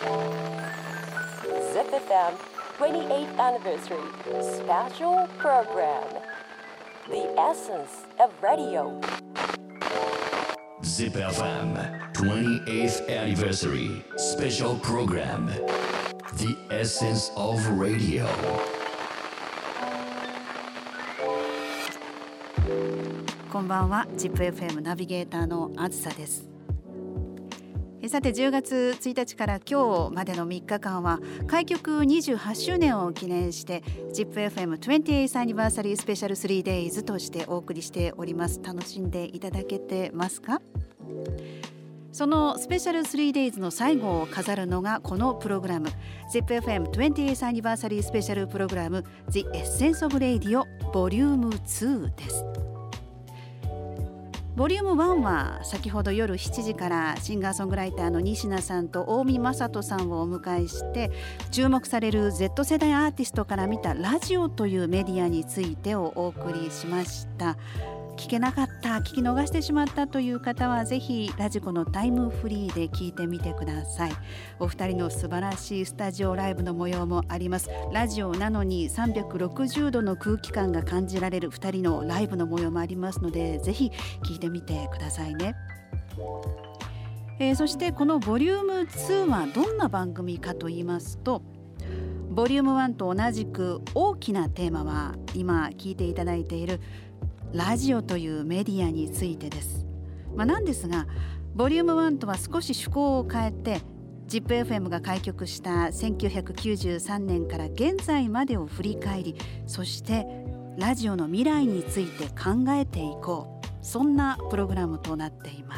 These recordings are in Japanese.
ZipFM 28th Anniversary Special Program The Essence of Radio ZipFM 28th Anniversary Special Program The Essence of Radio。 こんばんは。 ZipFM ナビゲーターのあずさです。さて10月1日から今日までの3日間は開局28周年を記念して ZipFM 28th Anniversary Special 3days としてお送りしております。楽しんでいただけてますか？そのスペシャル 3days の最後を飾るのがこのプログラム ZipFM 28th Anniversary スペシャルプログラム The Essence of Radio Vol. 2です。ボリューム1は先ほど夜7時からシンガーソングライターの西名さんと大見正人さんをお迎えして注目される Z 世代アーティストから見たラジオというメディアについてをお送りしました。聞けなかった、聞き逃してしまったという方はぜひラジコのタイムフリーで聞いてみてください。お二人の素晴らしいスタジオライブの模様もあります。ラジオなのに360度の空気感が感じられる二人のライブの模様もありますのでぜひ聞いてみてくださいね。そしてこのボリューム2はどんな番組かと言いますと、ボリューム1と同じく大きなテーマは今聞いていただいているラジオというメディアについてです。なんですがボリューム1とは少し趣向を変えて ZipFM が開局した1993年から現在までを振り返り、そしてラジオの未来について考えていこう、そんなプログラムとなっています。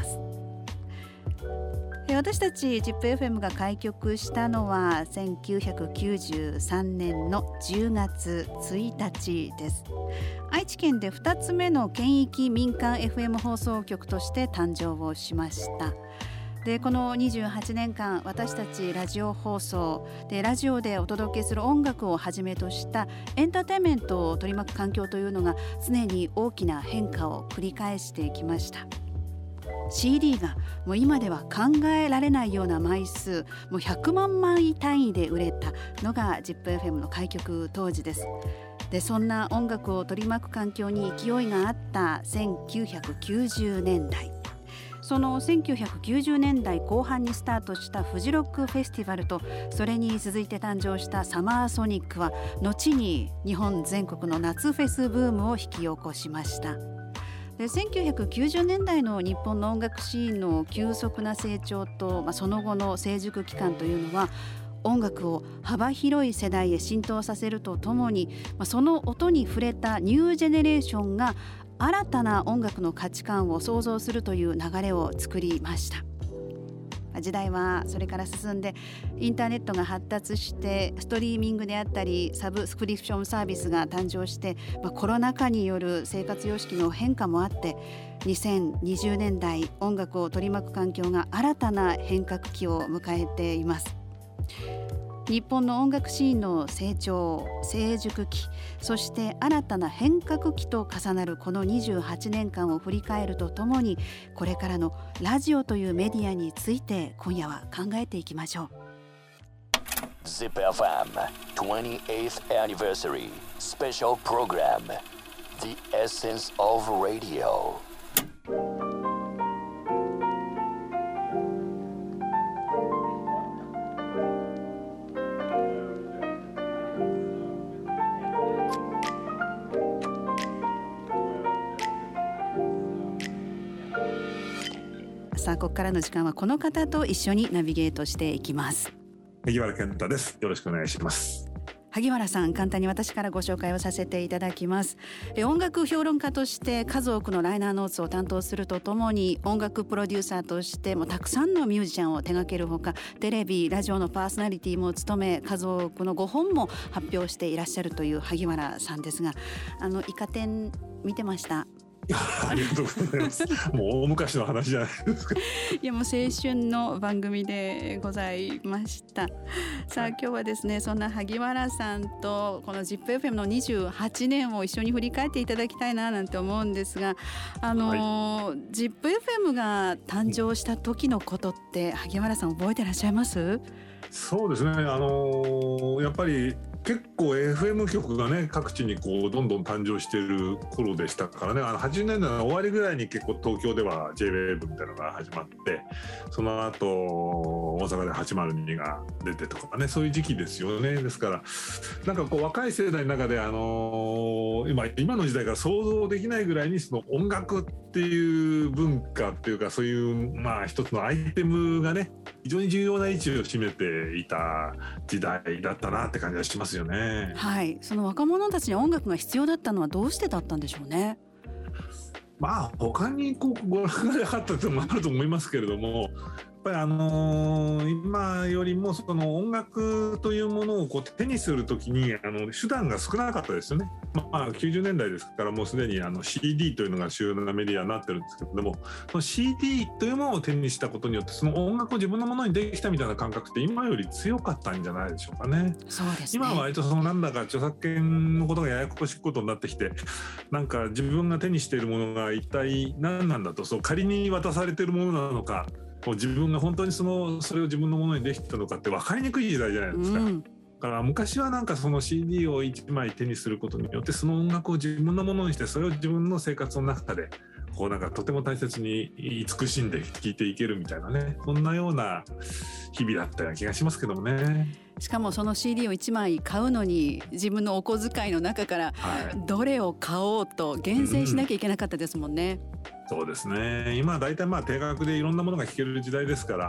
私たち ZipFM が開局したのは1993年の10月1日です。愛知県で2つ目の県域民間 FM 放送局として誕生をしました。でこの28年間私たちラジオ放送でラジオでお届けする音楽をはじめとしたエンターテインメントを取り巻く環境というのが常に大きな変化を繰り返してきました。CD がもう今では考えられないような枚数、もう100万枚単位で売れたのが ZipFM の開局当時です。でそんな音楽を取り巻く環境に勢いがあった1990年代、その1990年代後半にスタートしたフジロックフェスティバルとそれに続いて誕生したサマーソニックは後に日本全国の夏フェスブームを引き起こしました。で1990年代の日本の音楽シーンの急速な成長と、その後の成熟期間というのは音楽を幅広い世代へ浸透させるとともに、その音に触れたニュージェネレーションが新たな音楽の価値観を創造するという流れを作りました。時代はそれから進んでインターネットが発達してストリーミングであったりサブスクリプションサービスが誕生して、コロナ禍による生活様式の変化もあって2020年代音楽を取り巻く環境が新たな変革期を迎えています。日本の音楽シーンの成長、成熟期、そして新たな変革期と重なるこの28年間を振り返るとともに、これからのラジオというメディアについて今夜は考えていきましょう。 ZipFM 28th Anniversary Special Program The Essence of Radio。 さあここからの時間はこの方と一緒にナビゲートしていきます。 萩原健太です。よろしくお願いします。 萩原さん、簡単に私からご紹介をさせていただきます。音楽評論家として数多くのライナーノーツを担当するとともに音楽プロデューサーとしてもたくさんのミュージシャンを手掛けるほか、テレビラジオのパーソナリティも務め数多くのご本も発表していらっしゃるという萩原さんですが、イカ天見てました。 ありがとうございます。もう大昔の話じゃないですか。 いやもう青春の番組でございました。さあ今日はですね、そんな萩原さんとこの ZIPFM の28年を一緒に振り返っていただきたいななんて思うんですが、ZIPFM が誕生した時のことって萩原さん覚えてらっしゃいます？ そうですね、やっぱり結構 FM 局がね各地にこうどんどん誕生している頃でしたからね。80年代の終わりぐらいに結構東京では JWAVE みたいなのが始まって、その後大阪で802が出てとかね、そういう時期ですよね。ですからなんかこう若い世代の中で、今の時代から想像できないぐらいにその音楽っていう文化っていうか、そういう一つのアイテムがね非常に重要な位置を占めていた時代だったなって感じがしますよね。 はい、その若者たちに音楽が必要だったのはどうしてだったんでしょうね。 他にこうご覧がなかったというのもあると思いますけれども、やっぱり今よりもその音楽というものをこう手にするときに手段が少なかったですよね。90年代ですからもうすでにCD というのが主要なメディアになってるんですけれども、その CD というものを手にしたことによってその音楽を自分のものにできたみたいな感覚って今より強かったんじゃないでしょうかね。 そうですね。 今は割とそのなんだか著作権のことがややこしいことになってきて、なんか自分が手にしているものが一体何なんだと、そう仮に渡されているものなのか、自分が本当にそれを自分のものにできたのかって分かりにくい時代じゃないですか。だから昔はなんかその CD を1枚手にすることによってその音楽を自分のものにして、それを自分の生活の中でこうなんかとても大切に慈しんで聴いていけるみたいなね、そんなような日々だったような気がしますけどもね。 しかもその CD を1枚買うのに自分のお小遣いの中からどれを買おうと厳選しなきゃいけなかったですもんね。 そうですね。今は大体定額でいろんなものが聴ける時代ですから、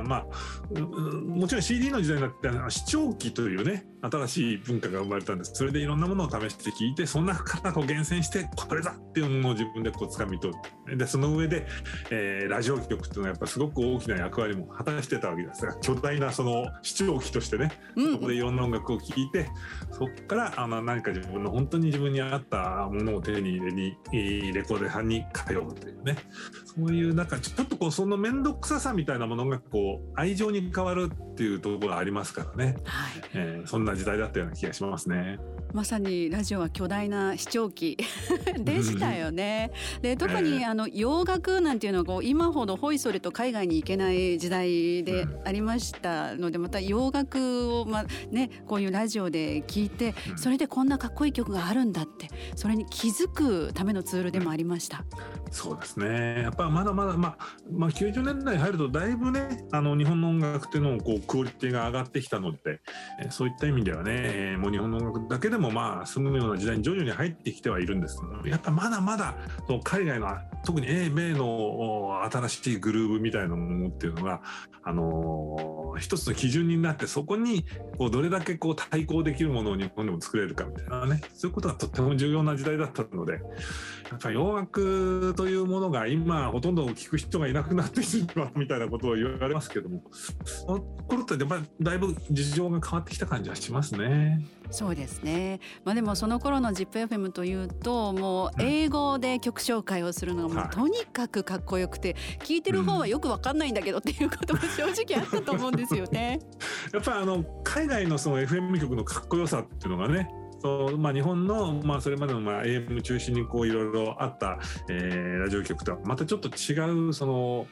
もちろん CD の時代になって視聴器というね新しい文化が生まれたんです。それでいろんなものを試して聴いて、その中からこう厳選してこれだっていうものを自分でこう掴み取る。でその上で、ラジオ局っていうのはやっぱすごく大きな役割も果たしてたわけですが、巨大なその視聴器としてね、そこでいろんな音楽を聴いて、そこから何か自分の本当に自分に合ったものを手に入れにレコード屋さんに通うというね、そういうなんかちょっとこうその面倒くささみたいなものがこう愛情に変わるっていうところがありますからね、そんな時代だったような気がしますね。 まさにラジオは巨大な視聴器でしたよね。で特に洋楽なんていうのは今ほどほいそれと海外に行けない時代でありましたので、また洋楽をこういうラジオで聞いて、それでこんなかっこいい曲があるんだって、それに気づくためのツールでもありました。 そうですね。やっぱまだまだ90年代に入るとだいぶね日本の音楽っていうのもこうクオリティが上がってきたので、そういった意味ではね、もう日本の音楽だけでも住むような時代に徐々に入ってきてはいるんですけど、やっぱまだまだその海外の特に英米の新しいグルーブみたいなものっていうのが一つの基準になって、そこにこうどれだけこう対抗できるものを日本でも作れるかみたいなね、そういうことがとっても重要な時代だったので、やっぱり洋楽というものが今ほとんど聞く人がいなくなってしまうみたいなことを言われますけども、その頃ってやっぱりだいぶ事情が変わってきた感じはしますね。 そうですね。でもその頃の ZIPFM というともう英語で曲紹介をするのがもうとにかくかっこよくて、聞いてる方はよく分かんないんだけどっていうことも正直あったと思うんですよね。 やっぱり海外のその FM 局のかっこよさっていうのがね、日本のそれまでのAM 中心にこういろいろあった、ラジオ局とはまたちょっと違うその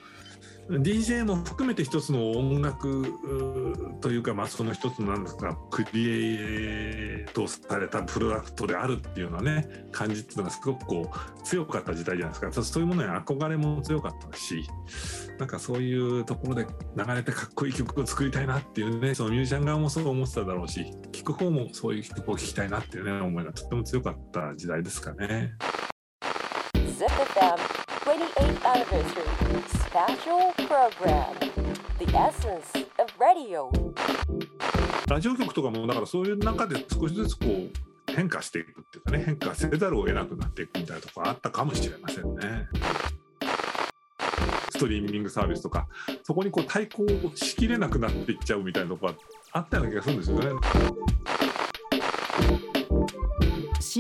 DJ も含めて一つの音楽というか、その一つのクリエイトされたプロダクトであるっていうようなね感じっていうのがすごくこう強かった時代じゃないですか。そういうものに憧れも強かったし、なんかそういうところで流れてかっこいい曲を作りたいなっていうね、そのミュージシャン側もそう思ってただろうし、聴く方もそういう曲を聴きたいなっていうね思いがとっても強かった時代ですかね。 ZIPFM 28th Anniversary Special Program The Essence of Radio。 ラジオ局とかもだからそういう中で少しずつこう変化していくっていうかね、変化せざるを得なくなっていくみたいなところあったかもしれませんね。ストリーミングサービスとかそこにこう対抗しきれなくなっていっちゃうみたいなところがあったような気がするんですよね。 CD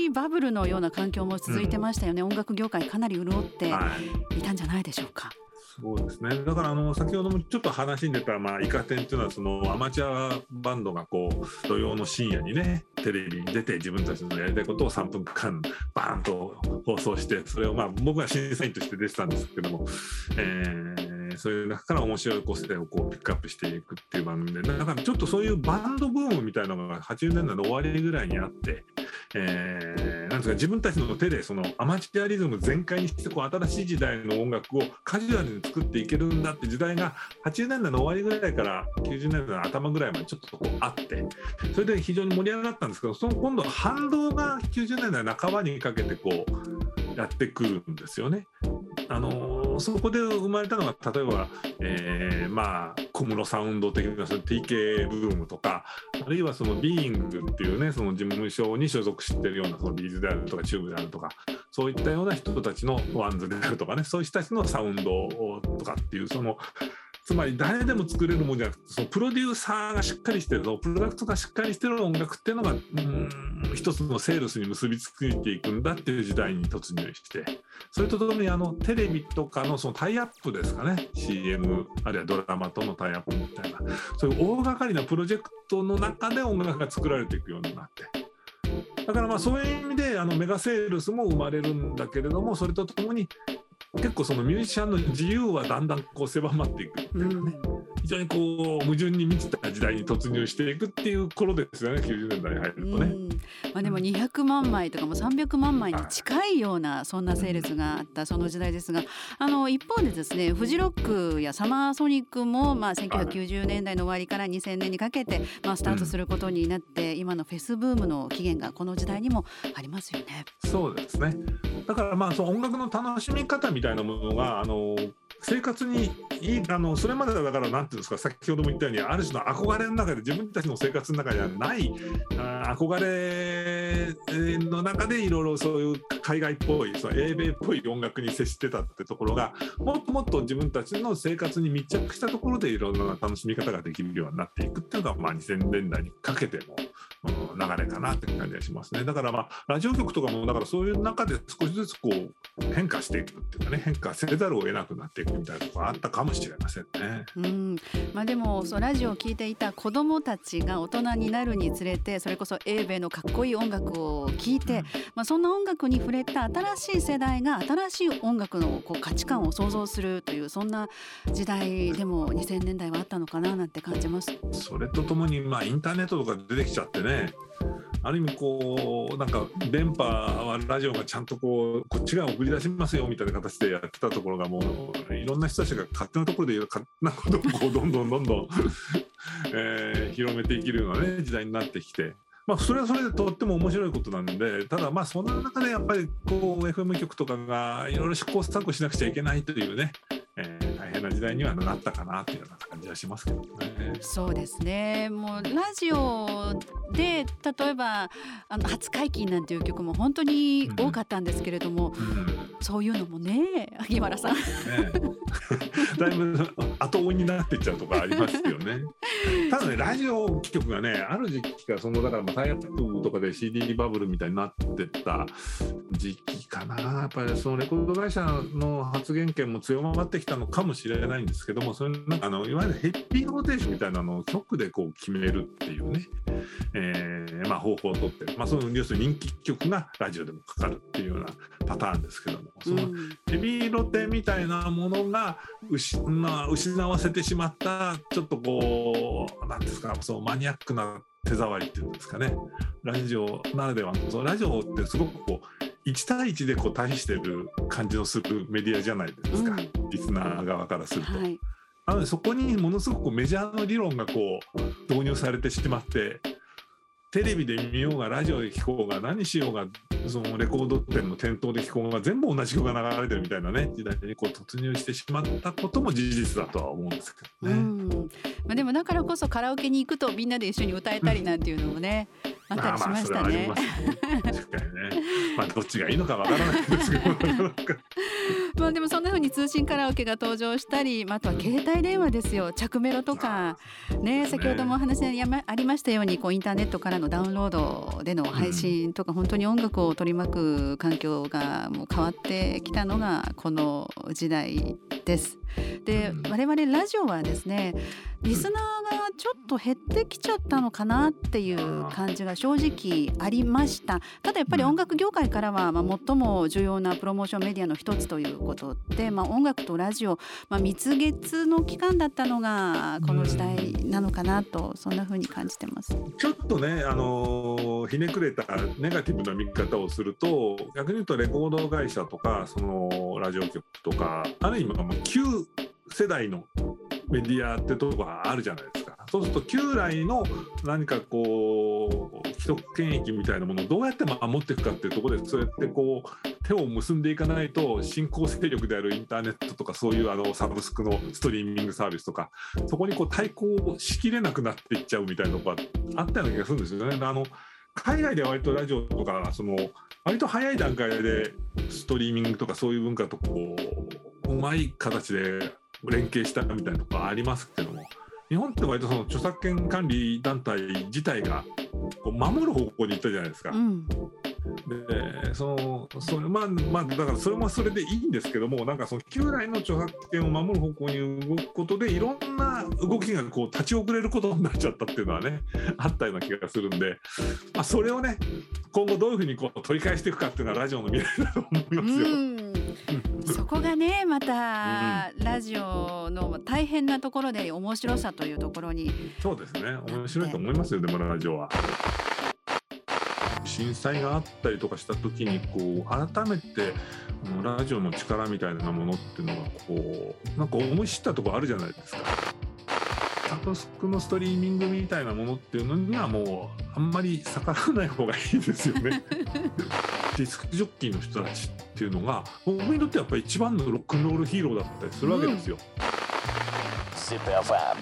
CD バブルのような環境も続いてましたよね、音楽業界かなり潤っていたんじゃないでしょうか。 そうですね。だから先ほどもちょっと話に出た、イカ天っていうのはそのアマチュアバンドがこう土曜の深夜にねテレビに出て自分たちのやりたいことを3分間バーンと放送して、それを僕は審査員として出てたんですけども、そういう中から面白い個性をこうピックアップしていくっていう番組で、だからちょっとそういうバンドブームみたいなのが80年代の終わりぐらいにあって、なんですか、自分たちの手でそのアマチュアリズム全開にしてこう新しい時代の音楽をカジュアルに作っていけるんだって時代が80年代の終わりぐらいから90年代の頭ぐらいまでちょっとこうあって、それで非常に盛り上がったんですけど、その今度は反動が90年代半ばにかけてこうやってくるんですよね。そこで生まれたのが例えば、小室サウンド的なその TK ブームとか、あるいはそのビーイングっていうね、その事務所に所属しているようなそのビーズであるとかチューブであるとか、そういったような人たちのワンズであるとかね、そういう人たちのサウンドとかっていう、そのつまり誰でも作れるものじゃなくて、そのプロデューサーがしっかりしてるの、プロダクトがしっかりしてる音楽っていうのが一つのセールスに結びついていくんだっていう時代に突入して、それとともにテレビとかのそのタイアップですかね、 CM あるいはドラマとのタイアップみたいな、そういう大掛かりなプロジェクトの中で音楽が作られていくようになって、だからそういう意味でメガセールスも生まれるんだけれども、それとともに結構そのミュージシャンの自由はだんだんこう狭まっていくみたいなね、非常にこう矛盾に満ちた時代に突入していくっていう頃ですよね、90年代に入るとね。 でも200万枚とかも300万枚に近いようなそんなセールスがあったその時代ですが、一方でですね、フジロックやサマーソニックも1990年代の終わりから2000年にかけてスタートすることになって、今のフェスブームの起源がこの時代にもありますよね。 そうですね。だからその音楽の楽しみ方みたいなものが生活にいい、それまではだからなんていうんですか、先ほども言ったようにある種の憧れの中で自分たちの生活の中にはない憧れの中でいろいろそういう海外っぽい、その英米っぽい音楽に接してたってところが、もっともっと自分たちの生活に密着したところでいろんな楽しみ方ができるようになっていくっていうのが2000年代にかけての流れかなって感じがしますね。だからラジオ局とかもだからそういう中で少しずつこう変化していくっていうかね、変化せざるを得なくなっていくみたいなところがあったかもしれませんね。 でもラジオを聴いていた子どもたちが大人になるにつれて、それこそ英米のかっこいい音楽を聴いて、そんな音楽に触れた新しい世代が新しい音楽のこう価値観を創造するという、そんな時代でも2000年代はあったのかななんて感じます。 それとともにインターネットとか出てきちゃってね、ある意味こうなんか電波はラジオがちゃんとこっちが送り出しますよみたいな形でやってたところが、もういろんな人たちが勝手なところで勝手なことをこうどんどん広めていけるようなね時代になってきて、それはそれでとっても面白いことなんで、ただその中でやっぱりこう FM 局とかがいろいろ試行錯誤しなくちゃいけないというね、大変な時代にはなったかなというような感じはしますけどね。 そうですね。もうラジオで例えば初解禁なんていう曲も本当に多かったんですけれども、そういうのもね、萩原さん、 だいぶ後追いになっていっちゃうとかありますよね。ただね、ラジオ局がね、ある時期がだからタイアップとかで CD バブルみたいになってた時期かな。やっぱりそのレコード会社の発言権も強まってきたのかもしれないんですけども、それなんかいわゆるヘッピーローテーションみたいなのを局でこう決めるっていうね、方法をとって、その要するに人気曲がラジオでもかかるっていうようなパターンですけども、そのヘビーロテみたいなものが失わせてしまったちょっとこうなんですか、そうマニアックな手触りっていうんですかね、ラジオならではの、そのラジオってすごくこう1対1でこう対比してる感じのするメディアじゃないですか、リスナー側からすると。なのでそこにものすごくメジャーの理論がこう導入されてしまって、テレビで見ようがラジオで聴こうが何しようが、そのレコード店の店頭で聴こうが全部同じ曲が流れてるみたいなね時代にこう突入してしまったことも事実だとは思うんですけどね。 でもだからこそカラオケに行くとみんなで一緒に歌えたりなんていうのもね、 あったりしましたね。 確かにね。どっちがいいのかわからないんですけどでもそんな風に通信カラオケが登場したり、あとは携帯電話ですよ。着メロとかね、先ほどもお話にありましたようにインターネットからのダウンロードでの配信とか、本当に音楽を取り巻く環境がもう変わってきたのがこの時代です。で、我々ラジオはですね、リスナーがちょっと減ってきちゃったのかなっていう感じが正直ありました。ただやっぱり音楽業界からは最も重要なプロモーションメディアの一つということで、音楽とラジオ、蜜月の期間だったのがこの時代なのかなと、そんな風に感じてます。 ちょっとね、ひねくれたネガティブな見方をすると、逆に言うとレコード会社とかそのラジオ局とか、ある意味旧世代のメディアってとこがあるじゃないですか。そうすると旧来の何か既得権益みたいなものをどうやって守っていくかっていうところで、そうやって手を結んでいかないと、新興勢力であるインターネットとか、そういうサブスクのストリーミングサービスとか、そこに対抗しきれなくなっていっちゃうみたいなのがあったような気がするんですよね。海外では割とラジオとか割と早い段階でストリーミングとかそういう文化とうまい形で連携したみたいなところありますけども、日本って割と著作権管理団体自体が守る方向に行ったじゃないですか。でだからそれもそれでいいんですけども、旧来の著作権を守る方向に動くことでいろんな動きが立ち遅れることになっちゃったっていうのはね、あったような気がするんで、それをね、今後どういうふうに取り返していくかっていうのはラジオの未来だと思いますよ。 そこがね、またラジオの大変なところで面白さというところに。 そうですね、面白いと思いますよ。でもラジオは震災があったりとかした時に改めてラジオの力みたいなものっていうのが思い知ったところあるじゃないですか。サブスクのストリーミングみたいなものっていうのにはもうあんまり逆らわない方がいいですよね。ディスクジョッキーの人たちっていうのが僕にとってやっぱり一番のロックンロールヒーローだったりするわけですよ。 ZIPFM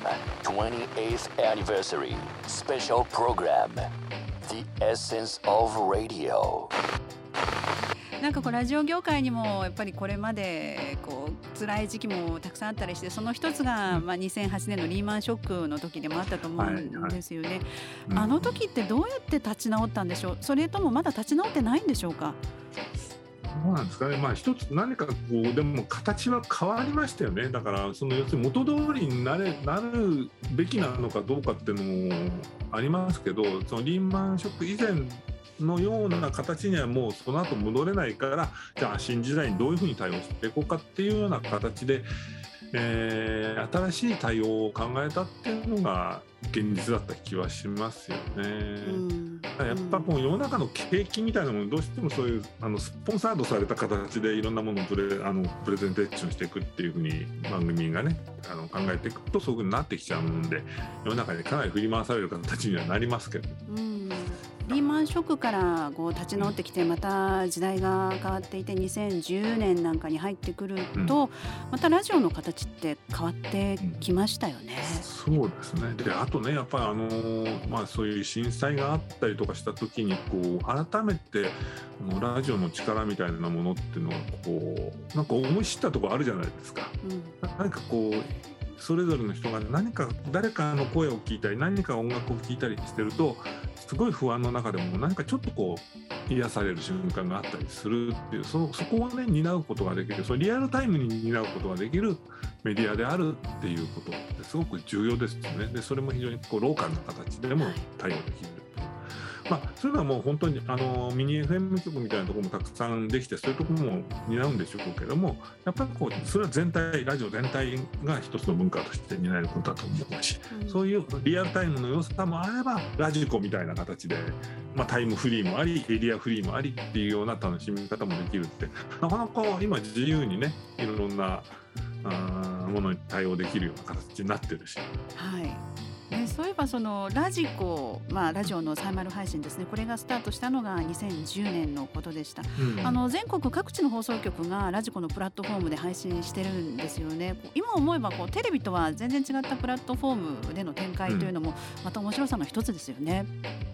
28th Anniversary Special Program The Essence of Radio。 ラジオ業界にもやっぱりこれまで辛い時期もたくさんあったりして、その一つが2008年のリーマンショックの時でもあったと思うんですよね。あの時ってどうやって立ち直ったんでしょう。それともまだ立ち直ってないんでしょうか。 そうなんですかね。一つ何かでも形は変わりましたよね。だから要するに元通りになるべきなのかどうかっていうのもありますけど、そのリーマンショック以前のような形にはもうその後戻れないから、じゃあ新時代にどういうふうに対応していこうかっていうような形で、新しい対応を考えたっていうのが現実だった気はしますよね。やっぱ世の中の景気みたいなもの、どうしてもそういうスポンサードされた形でいろんなものをプレゼンテーションしていくっていうふうに番組がね考えていくと、そういうふうになってきちゃうので、世の中にかなり振り回される形にはなりますけど。 リーマンショックから立ち直ってきて、また時代が変わっていて2010年なんかに入ってくると、またラジオの形って変わってきましたよね。 そうですね。であとね、やっぱりそういう震災があったりとかした時に改めてラジオの力みたいなものっていうのは思い知ったところあるじゃないですか。何かそれぞれの人が誰かの声を聞いたり、何か音楽を聴いたりしてると、すごい不安の中でも何かちょっと癒される瞬間があったりするっていう、そこをね担うことができる、リアルタイムに担うことができるメディアであるっていうことってすごく重要ですよね。でそれも非常にローカルな形でも対応できる。そういうのはもう本当にミニ FM 局みたいなところもたくさんできて、そういうところも担うんでしょうけども、やっぱりそれはラジオ全体が一つの文化として担えることだと思うし、そういうリアルタイムの良さもあれば、ラジコみたいな形で、タイムフリーもありエリアフリーもありっていうような楽しみ方もできるって、なかなか今自由にねいろんなものに対応できるような形になってるし。 そういえばラジコ、ラジオのサイマル配信ですね、これがスタートしたのが2010年のことでした。全国各地の放送局がラジコのプラットフォームで配信してるんですよね。今思えばテレビとは全然違ったプラットフォームでの展開というのもまた面白さの一つですよね。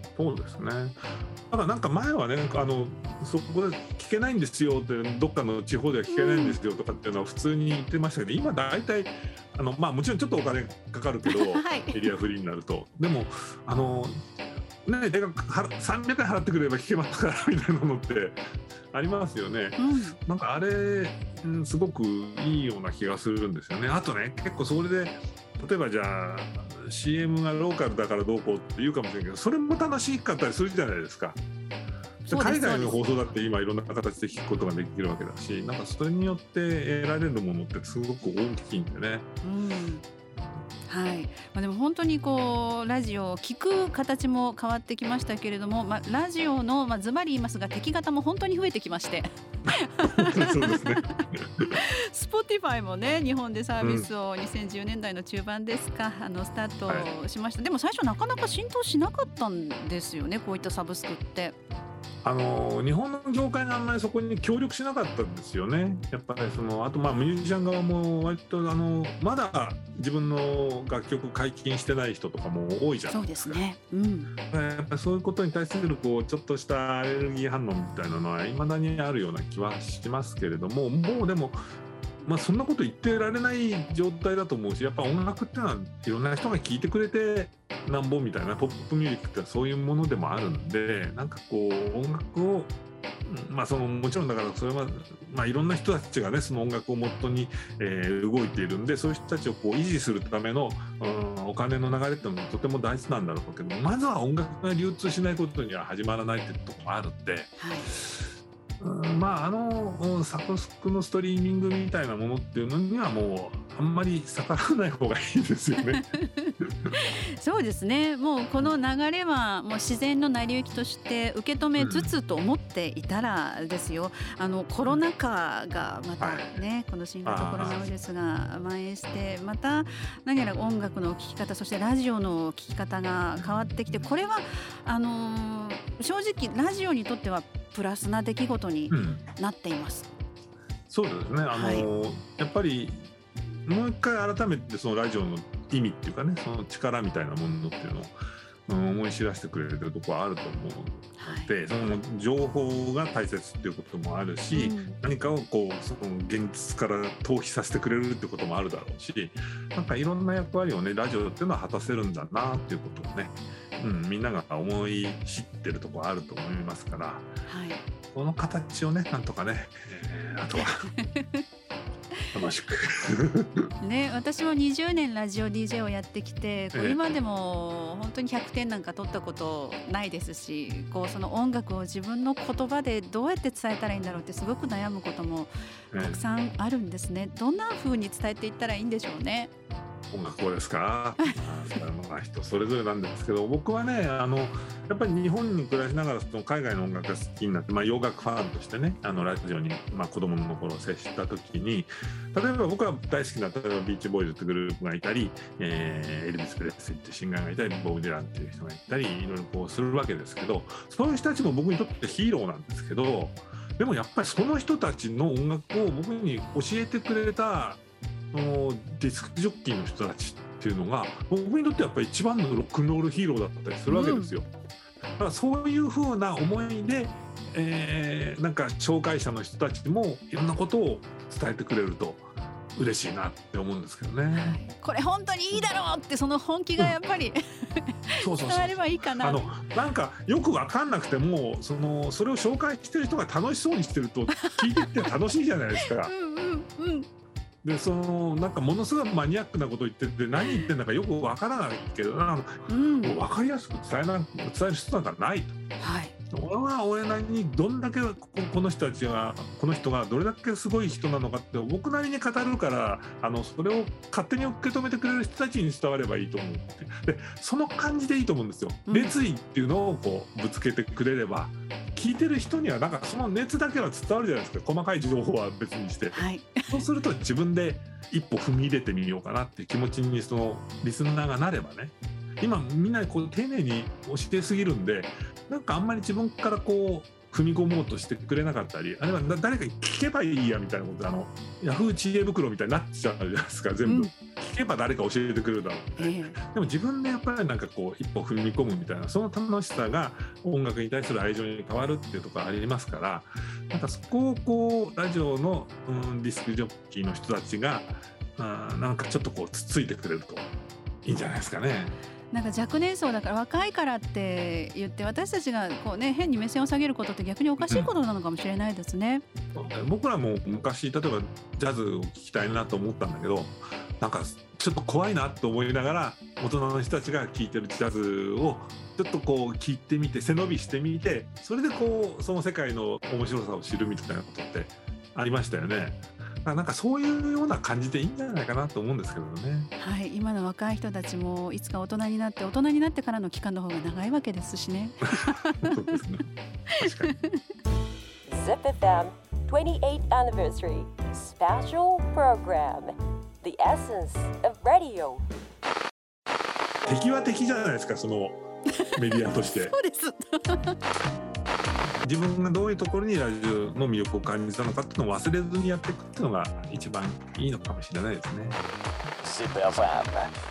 そうですね。ただなんか前はね、そこで聞けないんですよって、どっかの地方では聞けないんですよとかっていうのは普通に言ってましたけど、今大体もちろんちょっとお金かかるけど、 はい、 エリアフリーになると、でもね、定額300円払ってくれれば聞けますからみたいなのってありますよね。なんかあれ、すごくいいような気がするんですよね。あとね、結構それで例えばじゃあ CM がローカルだからどうこうって言うかもしれないけど、それも楽しかったりするじゃないですか。海外の放送だって今いろんな形で聞くことができるわけだし、なんかそれによって得られるものってすごく大きいんでね。 はい、でも本当にこうラジオを聞く形も変わってきましたけれども、ラジオの、ズバリ言いますが敵方も本当に増えてきましてそうですね Spotify もね、日本でサービスを2010年代の中盤ですか、スタートしました。でも最初なかなか浸透しなかったんですよね、こういったサブスクって。 日本の業界があんまりそこに協力しなかったんですよね。やっぱりあとミュージシャン側も割とまだ自分の楽曲解禁してない人とかも多いじゃないですか。 そうですね。 やっぱりそういうことに対するちょっとしたアレルギー反応みたいなのは未だにあるような気はしますけれども、もうでもそんなこと言ってられない状態だと思うし、やっぱ音楽ってのはいろんな人が聴いてくれてなんぼみたいな、ポップミュージックってそういうものでもあるんで、なんかこう音楽をもちろんだからそれはいろんな人たちがね、その音楽を元に、動いているんで、そういう人たちをこう維持するための、お金の流れっていうのもとても大事なんだろうけど、まずは音楽が流通しないことには始まらないっていうところもあるんで、サブスクのストリーミングみたいなものっていうのにはもうあんまり逆らわない方がいいですよねそうですね。もうこの流れはもう自然の成り行きとして受け止めつつと思っていたらですよ、コロナ禍がまたね、この新型コロナウイルスが蔓延して、また何やら音楽の聴き方、そしてラジオの聴き方が変わってきて、これは正直ラジオにとってはプラスな出来事になっています。 そうですね。やっぱりもう一回改めてそのラジオの意味っていうかね、その力みたいなものっていうのを思い知らせてくれるところはあると思うので、その情報が大切っていうこともあるし、何かをこうその現実から逃避させてくれるってこともあるだろうし、なんかいろんな役割をね、ラジオっていうのは果たせるんだなっていうことをね、みんなが思い知ってるところあると思いますから、この形をね、なんとかね、あとは楽しくね、私も20年ラジオ DJ をやってきて、今でも本当に100点なんか取ったことないですし、その音楽を自分の言葉でどうやって伝えたらいいんだろうってすごく悩むこともたくさんあるんですね。どんな風に伝えていったらいいんでしょうね。 音楽をですか人それぞれなんですけど、僕はね、やっぱり日本に暮らしながらその海外の音楽が好きになって、洋楽ファンとしてね、ラジオに、子供の頃接した時に、例えば僕は大好きな例えばビーチボーイズってグループがいたり、エルビス・プレスリーってシンガーがいたり、ボブ・ディランっていう人がいたり、いろいろこうするわけですけど、そういう人たちも僕にとってヒーローなんですけど、でもやっぱりその人たちの音楽を僕に教えてくれたディスクジョッキーの人たちっていうのが僕にとってやっぱり一番のロックンロールヒーローだったりするわけですよ。だからそういう風な思いで、なんか紹介者の人たちもいろんなことを伝えてくれると嬉しいなって思うんですけどね。 これ本当にいいだろうってその本気がやっぱり伝わればいいかな。 なんかよく分かんなくてもそれを紹介してる人が楽しそうにしてると聞いてて楽しいじゃないですか。でなんかものすごいマニアックなこと言ってて何言ってんだかよく分からないけど、分かりやすく伝える人なんかないと。俺は俺なりにどんだけこの人がどれだけすごい人なのかって僕なりに語るから、それを勝手に受け止めてくれる人たちに伝わればいいと思うってで、その感じでいいと思うんですよ。熱意っていうのをこうぶつけてくれれば聞いてる人にはなんかその熱だけは伝わるじゃないですか。細かい情報は別にして、そうすると自分で一歩踏み入れてみようかなっていう気持ちにそのリスナーがなればね。今みんなこう丁寧に教えすぎるんで、なんかあんまり自分からこう踏み込もうとしてくれなかったり、あるいは誰かに聞けばいいやみたいなことでヤフー知恵袋みたいになっちゃうじゃないですか。全部、聞けば誰か教えてくれるだろう、でも自分でやっぱりなんかこう一歩踏み込むみたいな、その楽しさが音楽に対する愛情に変わるっていうところありますから、なんかそこをこうラジオの、ディスクジョッキーの人たちがなんかちょっとこうつついてくれるといいんじゃないですかね。 なんか若年層だから若いからって言って私たちがこう、ね、変に目線を下げることって逆におかしいことなのかもしれないですね。 僕らも昔例えばジャズを聴きたいなと思ったんだけど、なんかちょっと怖いなと思いながら大人の人たちが聴いてるジャズをちょっとこう聴いてみて背伸びしてみて、それでこうその世界の面白さを知るみたいなことってありましたよね。なんかそういうような感じでいいんじゃないかなと思うんですけどね。 はい、今の若い人たちもいつか大人になってからの期間の方が長いわけですしね。 そうですね。確かに。 ZipFM 28th Anniversary Special Program The Essence of Radio。 敵は敵じゃないですか、そのメディアとしてそうです自分がどういうところにラジオの魅力を感じたのかっていうのを忘れずにやっていくっていうのが一番いいのかもしれないですね。 ZipFM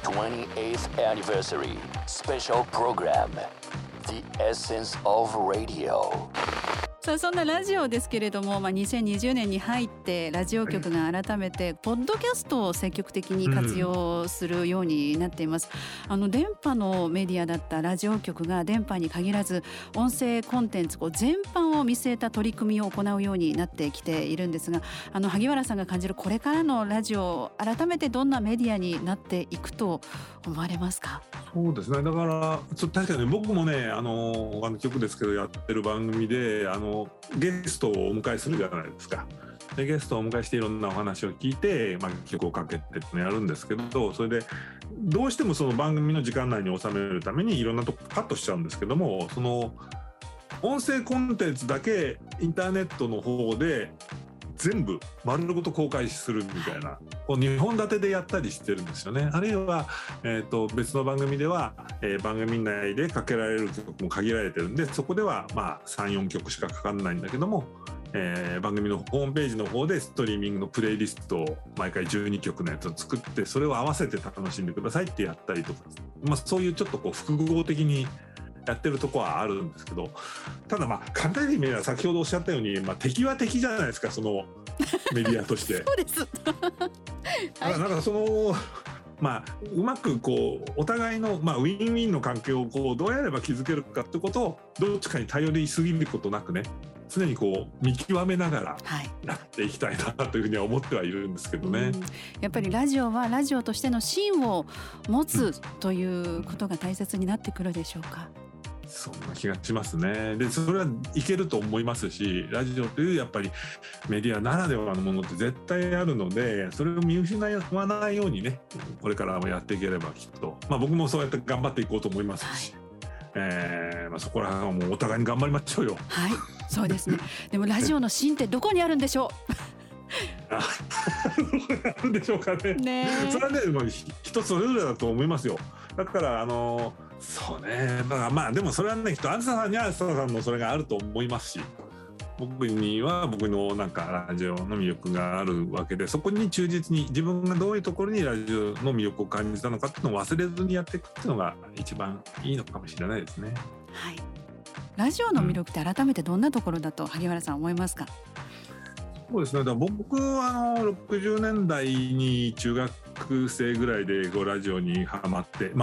28th Anniversary Special Program The Essence of Radio。 さあそんなラジオですけれども、2020年に入ってラジオ局が改めてポッドキャストを積極的に活用するようになっています。電波のメディアだったラジオ局が電波に限らず音声コンテンツ全般を見据えた取り組みを行うようになってきているんですが、萩原さんが感じるこれからのラジオ、改めてどんなメディアになっていくと思われますか？ そうですね、だから確かに僕もね局ですけどやってる番組でゲストをお迎えするじゃないですか。でゲストをお迎えしていろんなお話を聞いて、曲をかけてってやるんですけど、それでどうしてもその番組の時間内に収めるためにいろんなとこカットしちゃうんですけども、その音声コンテンツだけインターネットの方で全部丸ごと公開するみたいな2本立てでやったりしてるんですよね。あるいは、別の番組では、番組内でかけられる曲も限られてるんで、そこでは3、4曲しかかかんないんだけども、番組のホームページの方でストリーミングのプレイリストを毎回12曲のやつを作って、それを合わせて楽しんでくださいってやったりとか、そういうちょっと複合的にやってるとこはあるんですけど、ただ簡単に見れば先ほどおっしゃったように、敵は敵じゃないですか、そのメディアとしてそうですなんかそのうまくお互いの、ウィンウィンの関係をどうやれば築けるかってことをどっちかに頼りすぎることなくね、常に見極めながらやっていきたいなというふうには思ってはいるんですけどね。 やっぱりラジオはラジオとしての芯を持つということが大切になってくるでしょうか？ そんな気がしますね。でそれはいけると思いますし、ラジオというやっぱりメディアならではのものって絶対あるので、それを見失わないようにね、これからもやっていければきっと、僕もそうやって頑張っていこうと思いますし、そこら辺はもうお互いに頑張りましょうよ。 はい、そうですね。でもラジオの芯ってどこにあるんでしょう？ あるんでしょうかね。それはね、人それぞれだと思いますよ。だからそうね、でもそれはね、あずささんにはあずささんのそれがあると思いますし、僕には僕のなんかラジオの魅力があるわけで、そこに忠実に自分がどういうところにラジオの魅力を感じたのかっていうのを忘れずにやっていくっていうのが一番いいのかもしれないですね。 はい。ラジオの魅力って改めてどんなところだと萩原さん思いますか？ そうですね、だから僕は60年代に中学生ぐらいでラジオにハマって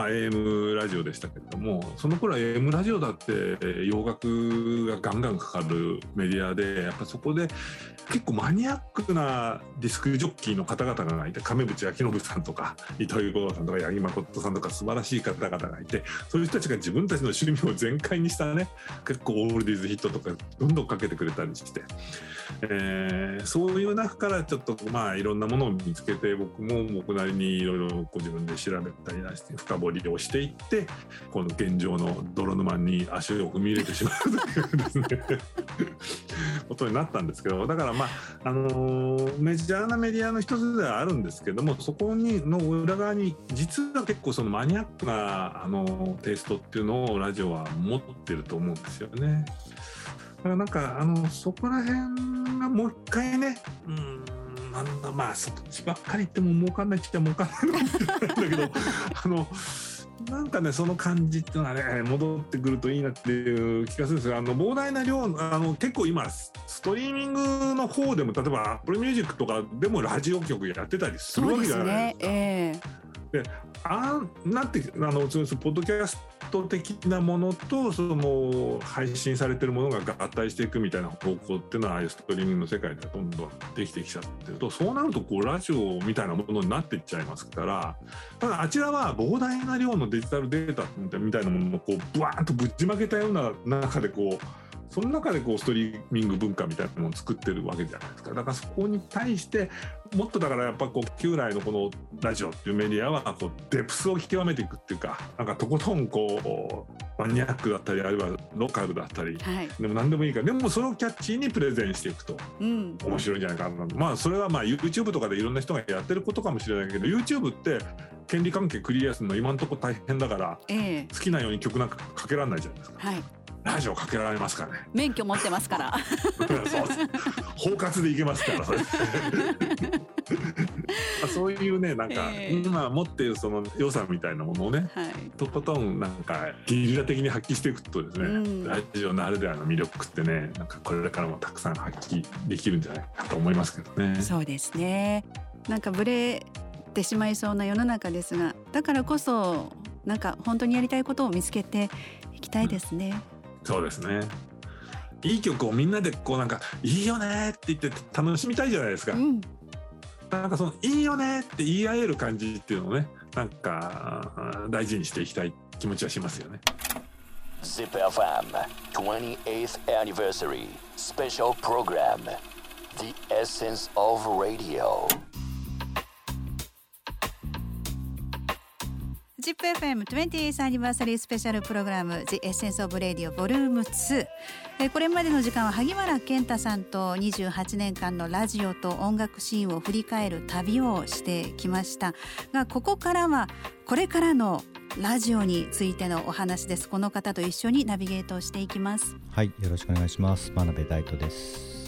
、AM ラジオでしたけれども、その頃は AM ラジオだって洋楽がガンガンかかるメディアで、やっぱそこで結構マニアックなディスクジョッキーの方々がいて、亀渕明信さんとか糸井五郎さんとか八木誠さんとか素晴らしい方々がいて、そういう人たちが自分たちの趣味を全開にしたね、結構オールディーズヒットとかどんどんかけてくれたりして、そういう中からちょっといろんなものを見つけて、僕も僕なりにいろいろ自分で調べたり出して深掘りをしていって、この現状の泥沼に足を踏み入れてしまうというですねことになったんですけど、だからメジャーなメディアの一つではあるんですけども、そこの裏側に実は結構そのマニアックなテイストっていうのをラジオは持ってると思うんですよね。 からなんかそこら辺がもう一回ね、まあそっちばっかり言っても儲かんないっちゃ儲かんないのかもしれないんだけどなんかねその感じっていうのはね戻ってくるといいなっていう気がするんですが、膨大な量結構今ストリーミングの方でも例えば Apple Music とかでもラジオ局やってたりするわけじゃないですか。でなんてポッドキャスト的なものとその配信されてるものが合体していくみたいな方向っていうのはああいうストリーミングの世界でどんどんできてきちゃってると、そうなるとこうラジオみたいなものになっていっちゃいますから、ただあちらは膨大な量のデジタルデータみたいなものをこうブワーンとぶちまけたような中でこうその中でこうストリーミング文化みたいなものを作ってるわけじゃないですか。だからそこに対してもっとだからやっぱこう旧来のこのラジオっていうメディアはこうデプスを極めていくっていうか、なんかとことんこうマニアックだったりあるいはローカルだったり、でも何でもいいからでもそれをキャッチーにプレゼンしていくと面白いんじゃないかな。まあそれはまあ YouTube とかでいろんな人がやってることかもしれないけど、 YouTube って権利関係クリアするの今のところ大変だから、好きなように曲なんかかけられないじゃないですか。ラジオかけられますからね。 免許持ってますからそう包括でいけますからそれそういうねなんか、今持っているその良さみたいなものをね、とことんなんかゲリラ的に発揮していくとですね、ラジオならではの魅力ってね、なんかこれからもたくさん発揮できるんじゃないかと思いますけどね。 そうですね。なんかブレてしまいそうな世の中ですが、だからこそなんか本当にやりたいことを見つけていきたいですね。 そうですね。いい曲をみんなでこうなんかいいよねって言って楽しみたいじゃないですか。なんかそのいいよねって言い合える感じっていうのをね、なんか大事にしていきたい気持ちはしますよね。 ZipFM 28th Anniversary Special Program The Essence of Radio。 ZipFM 28th Anniversary スペシャルプログラム The Essence of Radio Vol. 2。これまでの時間は萩原健太さんと28年間のラジオと音楽シーンを振り返る旅をしてきましたが、ここからはこれからのラジオについてのお話です。この方と一緒にナビゲートをしていきます。 はい、よろしくお願いします。真鍋大斗です。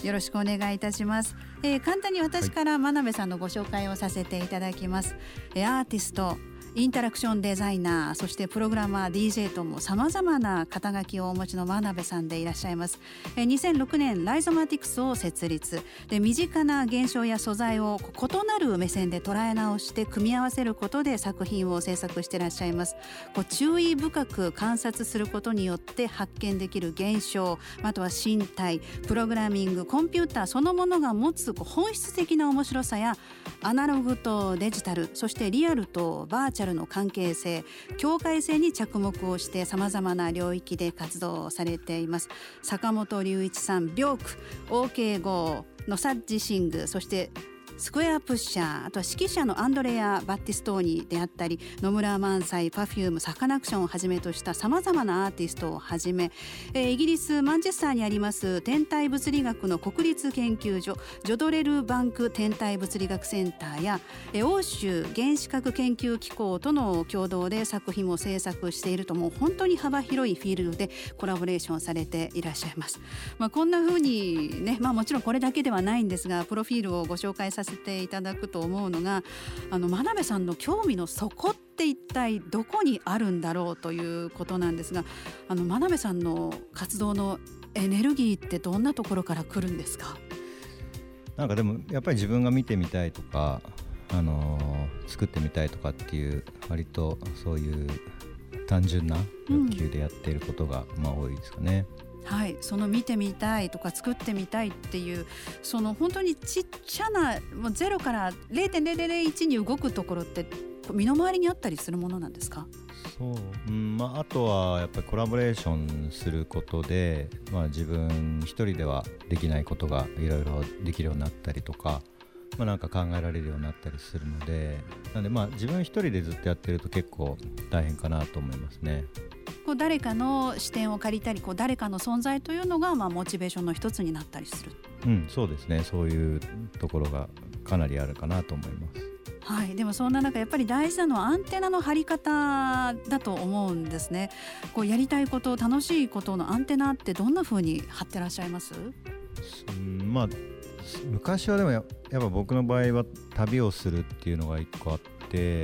よろしくお願いいたします。簡単に私から真鍋さんのご紹介をさせていただきます。アーティスト、インタラクションデザイナー、そしてプログラマー、DJ ともさまざまな肩書きをお持ちの真鍋さんでいらっしゃいます。2006年ライゾマティクスを設立で、身近な現象や素材を異なる目線で捉え直して組み合わせることで作品を制作していらっしゃいます。注意深く観察することによって発見できる現象、あとは身体、プログラミング、コンピューターそのものが持つ本質的な面白さや、アナログとデジタル、そしてリアルとバーチャルの関係性、境界線に着目をしてさまざまな領域で活動をされています。坂本龍一さん、ビョーク、OK5、ノサッジシング、そしてスクエアプッシャー、あとは指揮者のアンドレア・バッティストーニであったり、野村萬斎、パフューム、サカナクションをはじめとしたさまざまなアーティストをはじめ、イギリスマンチェスターにあります天体物理学の国立研究所ジョドレルバンク天体物理学センターや欧州原子核研究機構との共同で作品を制作していると、もう本当に幅広いフィールドでコラボレーションされていらっしゃいます。こんな風にね、もちろんこれだけではないんですが、プロフィールをご紹介させていただくと思うのが、真鍋さんの興味の底って一体どこにあるんだろうということなんですが、真鍋さんの活動のエネルギーってどんなところから来るんですか？ なんかでもやっぱり自分が見てみたいとか、作ってみたいとかっていう割とそういう単純な欲求でやっていることが多いですかね。 はい、その見てみたいとか作ってみたいっていう、その本当にちっちゃなもう0から 0.0001 に動くところって身の回りにあったりするものなんですか？ そう、あとはやっぱりコラボレーションすることで、自分一人ではできないことがいろいろできるようになったりとか、なんか考えられるようになったりするので、なんで自分一人でずっとやってると結構大変かなと思いますね。 誰かの視点を借りたり、誰かの存在というのがモチベーションの一つになったりする。 そうですね、そういうところがかなりあるかなと思います。 はい、でもそんな中やっぱり大事なのはアンテナの張り方だと思うんですね。こうやりたいこと楽しいことのアンテナってどんな風に張ってらっしゃいます？ まあ昔はでもやっぱ僕の場合は旅をするっていうのが一個あって、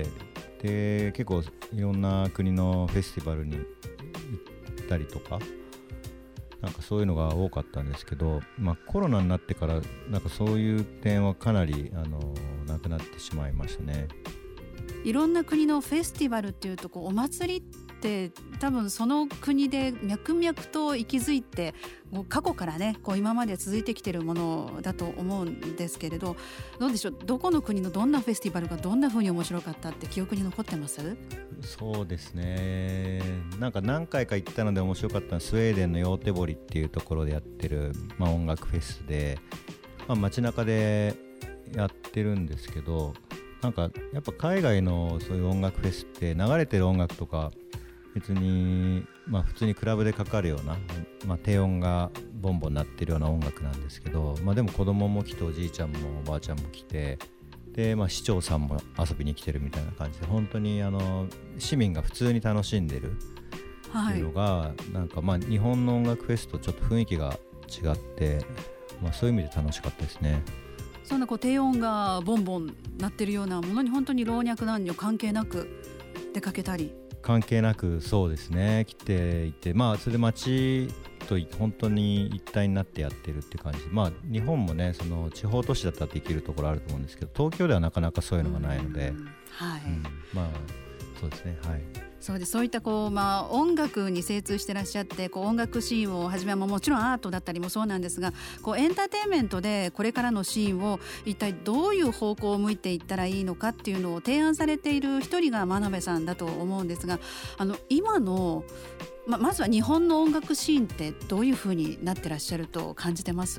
で結構いろんな国のフェスティバルに行ったりとかなんかそういうのが多かったんですけど、コロナになってからなんかそういう点はかなりなくなってしまいましたね。 いろんな国のフェスティバルっていうとお祭りって多分その国で脈々と息づいてもう過去からね今まで続いてきているものだと思うんですけれど、どうでしょう、どこの国のどんなフェスティバルがどんな風に面白かったって記憶に残ってます？ そうですね、なんか何回か行ったので面白かったのはスウェーデンのヨーテボリっていうところでやってる、音楽フェスで、街中でやってるんですけど、なんかやっぱ海外のそういう音楽フェスって流れてる音楽とか別に普通にクラブでかかるような、低音がボンボン鳴ってるような音楽なんですけど、でも子供も来ておじいちゃんもおばあちゃんも来て、で市長さんも遊びに来てるみたいな感じで、本当に市民が普通に楽しんでるっていうのが、なんか日本の音楽フェスとちょっと雰囲気が違って、そういう意味で楽しかったですね。 そんな低音がボンボン鳴ってるようなものに本当に老若男女関係なく出かけたり、 関係なくそうですね来ていて、それで街と本当に一体になってやってるっていう感じで、日本もねその地方都市だったらできるところあると思うんですけど、東京ではなかなかそういうのがないので、そうですね、はい、 そうです。そういった音楽に精通してらっしゃって、音楽シーンをはじめもちろんアートだったりもそうなんですが、エンターテインメントでこれからのシーンを一体どういう方向を向いていったらいいのかっていうのを提案されている一人が真鍋さんだと思うんですが、今のまずは日本の音楽シーンってどういう風になってらっしゃると感じてます？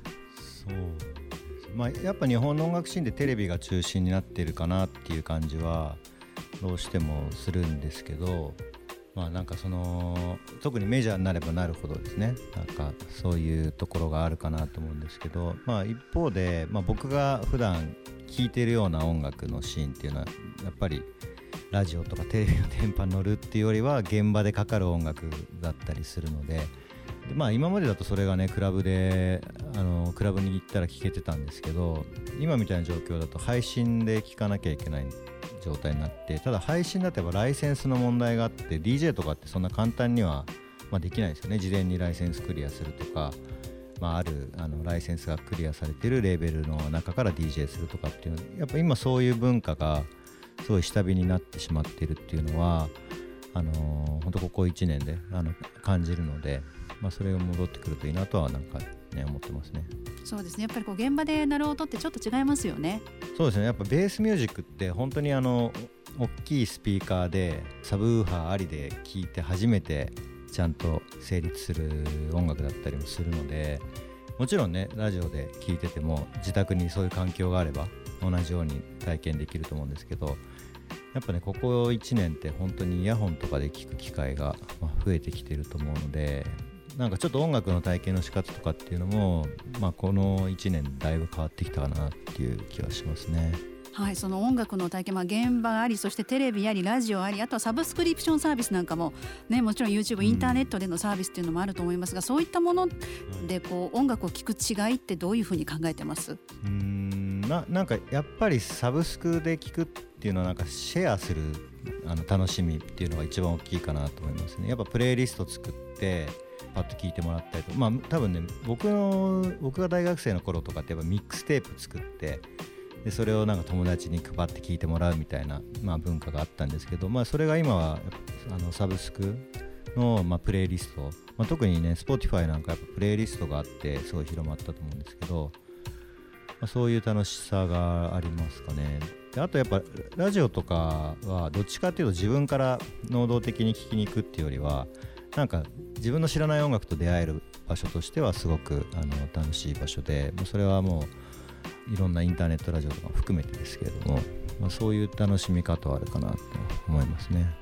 やっぱ日本の音楽シーンでテレビが中心になっているかなっていう感じはどうしてもするんですけど、なんか特にメジャーになればなるほどですね、なんかそういうところがあるかなと思うんですけど、一方で、僕が普段聴いているような音楽のシーンっていうのはやっぱりラジオとかテレビの電波に乗るっていうよりは現場でかかる音楽だったりするので、今までだとそれがねクラブに行ったら聴けてたんですけど、今みたいな状況だと配信で聴かなきゃいけない状態になって、ただ配信だとやっぱライセンスの問題があって DJ とかってそんな簡単にはできないですよね。事前にライセンスクリアするとか、あるライセンスがクリアされているレーベルの中から DJ するとかっていうのやっぱ今そういう文化がすごい下火になってしまっているっていうのは本当ここ1年で感じるので、それが戻ってくるといいなとはなんかね思ってますね。 そうですね、やっぱり現場で鳴る音ってちょっと違いますよね。 そうですね、やっぱベースミュージックって本当に大きいスピーカーでサブウーファーありで聴いて初めてちゃんと成立する音楽だったりもするので、もちろんねラジオで聴いてても自宅にそういう環境があれば同じように体験できると思うんですけど、やっぱねここ1年って本当にイヤホンとかで聴く機会が増えてきてると思うので、なんかちょっと音楽の体験の仕方とかっていうのも、この1年だいぶ変わってきたかなっていう気はしますね。 はい、その音楽の体験、現場あり、そしてテレビありラジオあり、あとはサブスクリプションサービスなんかも、ね、もちろん YouTube、インターネットでのサービスっていうのもあると思いますが、そういったもので音楽を聴く違いってどういうふうに考えてます？ なんかやっぱりサブスクで聴くっていうのはなんかシェアする楽しみっていうのが一番大きいかなと思いますね。やっぱプレイリスト作ってパッと聴いてもらったりとか、多分ね僕が大学生の頃とかってやっぱミックステープ作ってでそれをなんか友達に配って聴いてもらうみたいな、文化があったんですけど、それが今はサブスクの、プレイリスト、特にね Spotify なんかやっぱプレイリストがあってすごい広まったと思うんですけど、そういう楽しさがありますかね。であとやっぱラジオとかはどっちかっていうと自分から能動的に聴きに行くっていうよりはなんか自分の知らない音楽と出会える場所としてはすごく楽しい場所で、それはもういろんなインターネットラジオとかも含めてですけれども、そういう楽しみ方はあるかなと思いますね。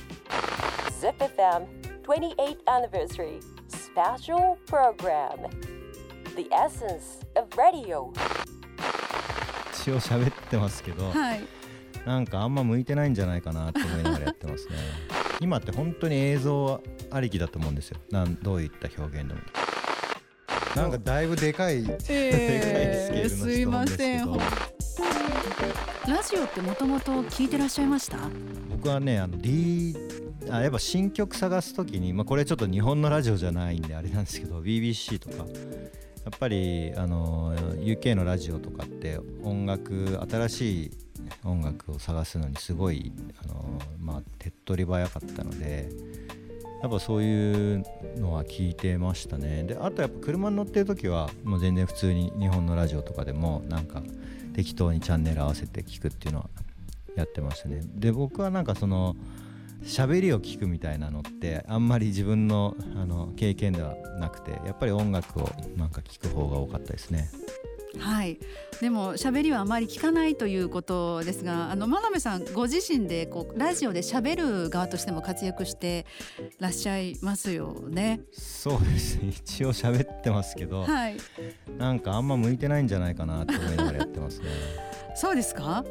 ZipFM 28th Anniversary Special Program The Essence of Radio 一応喋ってますけど、 はい、 なんかあんま向いてないんじゃないかなって思いながらやってますね。今って本当に映像ありきだと思うんですよ。どういった表現でも。なんかだいぶでかい、でかいスケールの質問ですけど。 すいません。ラジオってもともと聞いてらっしゃいました？ 僕はねやっぱ新曲探すときに、これちょっと日本のラジオじゃないんであれなんですけど BBC とかやっぱりUK のラジオとかって新しい音楽を探すのにすごい手っ取り早かったので、やっぱそういうのは聞いてましたね。であとやっぱ車に乗ってる時はもう全然普通に日本のラジオとかでもなんか適当にチャンネル合わせて聞くっていうのはやってましたね。で僕はなんかその喋りを聞くみたいなのってあんまり自分の経験ではなくて、やっぱり音楽をなんか聞く方が多かったですね。 はい、でも喋りはあまり聞かないということですが、真鍋さんご自身でラジオで喋る側としても活躍してらっしゃいますよね。 そうですね、一応喋ってますけど、 はい、 なんかあんま向いてないんじゃないかなって思いながらやってますね。 そうですか？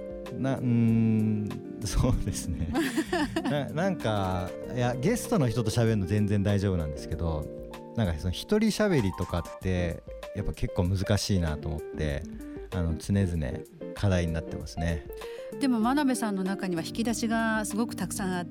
そうですねなんかゲストの人と喋るの全然大丈夫なんですけど、なんかその一人喋りとかってやっぱ結構難しいなと思って常々課題になってますね。 でも真鍋さんの中には引き出しがすごくたくさんあって、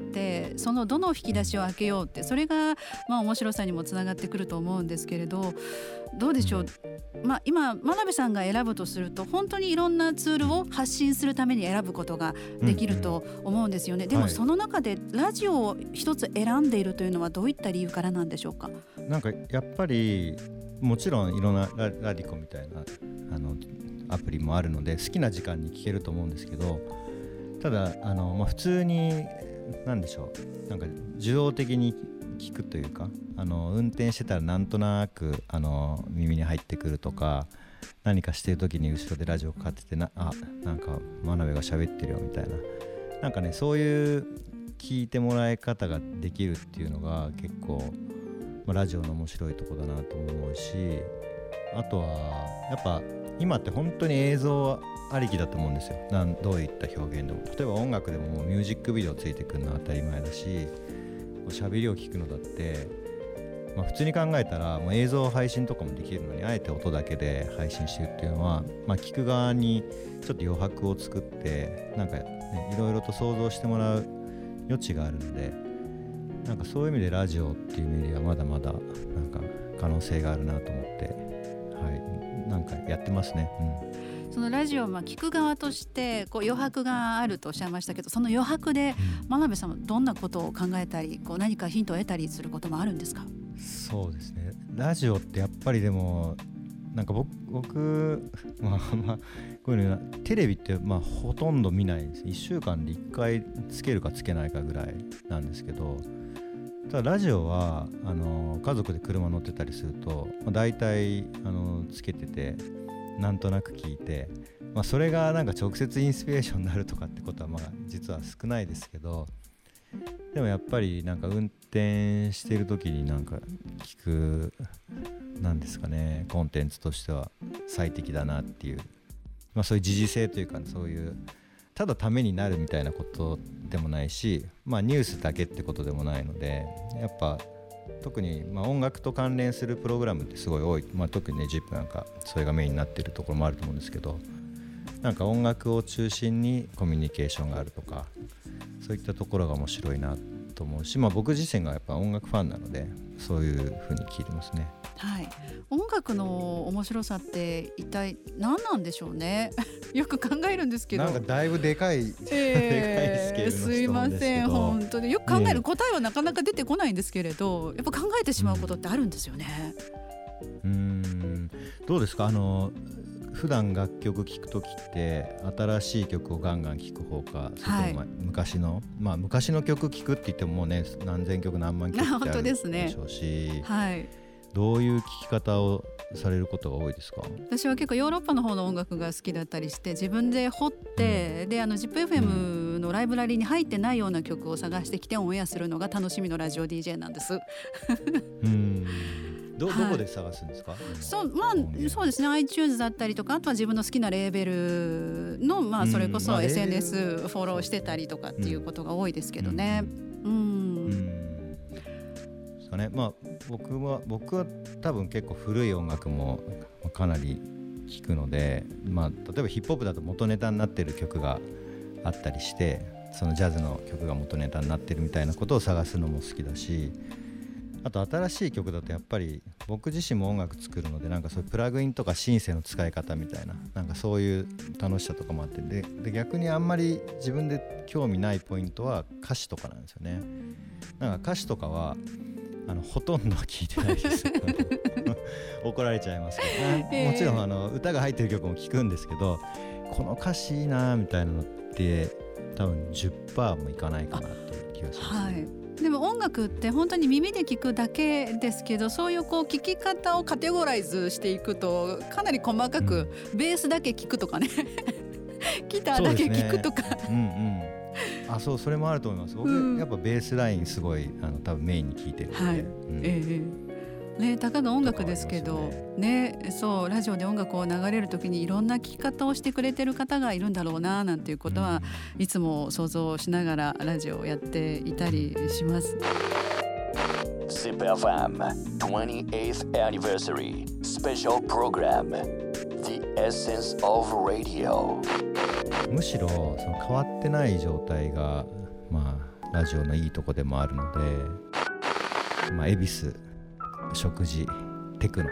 そのどの引き出しを開けようってそれが面白さにもつながってくると思うんですけれど、どうでしょう、今真鍋さんが選ぶとすると本当にいろんなツールを発信するために選ぶことができると思うんですよね。でもその中でラジオを一つ選んでいるというのはどういった理由からなんでしょうか？なんかやっぱりもちろんいろんなラディコみたいなアプリもあるので好きな時間に聞けると思うんですけど、ただ普通に何でしょう、なんか受動的に聞くというか運転してたらなんとなく耳に入ってくるとか、何かしてる時に後ろでラジオかかっててなんか真鍋が喋ってるよみたいな、なんかねそういう聞いてもらい方ができるっていうのが結構ラジオの面白いところだなと思うし、あとはやっぱ今って本当に映像ありきだと思うんですよ。どういった表現でも、例えば音楽でももうミュージックビデオついてくるのは当たり前だし、喋りを聞くのだって、普通に考えたらもう映像配信とかもできるのにあえて音だけで配信してるっていうのは、聞く側にちょっと余白を作ってなんかねいろいろと想像してもらう余地があるので、なんかそういう意味でラジオっていうメディアはまだまだなんか可能性があるなと思って、なんかやってますね。 そのラジオを聞く側として余白があるとおっしゃいましたけど、その余白で真鍋さんはどんなことを考えたり何かヒントを得たりすることもあるんですか？ そうですね、ラジオってやっぱりでもなんか僕こういうのテレビってほとんど見ないんです。1週間で1回つけるかつけないかぐらいなんですけど、ただラジオは家族で車乗ってたりすると、大体つけててなんとなく聞いて、それがなんか直接インスピレーションになるとかってことは実は少ないですけど、でもやっぱりなんか運転してる時になんか聞くなんですかね、コンテンツとしては最適だなっていう、そういう時事性というか、そういうただためになるみたいなことでもないし、ニュースだけってことでもないので、やっぱ特に音楽と関連するプログラムってすごい多い、特にねZIPなんかそれがメインになっているところもあると思うんですけど、なんか音楽を中心にコミュニケーションがあるとか、そういったところが面白いなと思うし、僕自身がやっぱ音楽ファンなのでそういうふうに聞いてますね。 はい、音楽の面白さって一体何なんでしょうねよく考えるんですけど、 なんかだいぶでかい、でかいスケールの質問ですけど、 すいません本当によく考える答えはなかなか出てこないんですけれど、やっぱ考えてしまうことってあるんですよね。 どうですか、普段楽曲聴くときって新しい曲をガンガン聴く方か、それとも昔の、昔の曲聴くって言ってももうね何千曲何万曲ってあるでしょうし、どういう聴き方をされることが多いですか？ 私は結構ヨーロッパの方の音楽が好きだったりして、自分で掘って、でZIPFM のライブラリーに入ってないような曲を探してきてオンエアするのが楽しみのラジオ DJ なんですどこで探すんですか？ そうですね iTunes だったりとか、あとは自分の好きなレーベルの、それこそ SNS フォローしてたりとかっていうことが多いですけどね。僕は多分結構古い音楽もかなり聴くので、例えばヒップホップだと元ネタになってる曲があったりして、そのジャズの曲が元ネタになってるみたいなことを探すのも好きだし、あと新しい曲だとやっぱり僕自身も音楽作るので、なんかそういうプラグインとかシンセの使い方みたいな、なんかそういう楽しさとかもあって、で逆にあんまり自分で興味ないポイントは歌詞とかなんですよね。なんか歌詞とかはほとんどは聞いてないです怒られちゃいますけど、もちろん歌が入ってる曲も聞くんですけど、この歌詞いいなみたいなのって多分 10% もいかないかなっていう気がしますね。でも音楽って本当に耳で聞くだけですけど、そういう聞き方をカテゴライズしていくとかなり細かく、ベースだけ聞くとかねギターだけ聞くとか、それもあると思います。僕、やっぱベースラインすごい多分メインに聞いてるので、たかが音楽ですけどそうラジオで音楽を流れるときにいろんな聞き方をしてくれてる方がいるんだろうななんていうことはいつも想像しながらラジオをやっていたりします。 ZIPFM 28th Anniversary Special Program The Essence of Radio。 むしろその変わってない状態がラジオのいいとこでもあるので、恵比寿、食事、テクノ。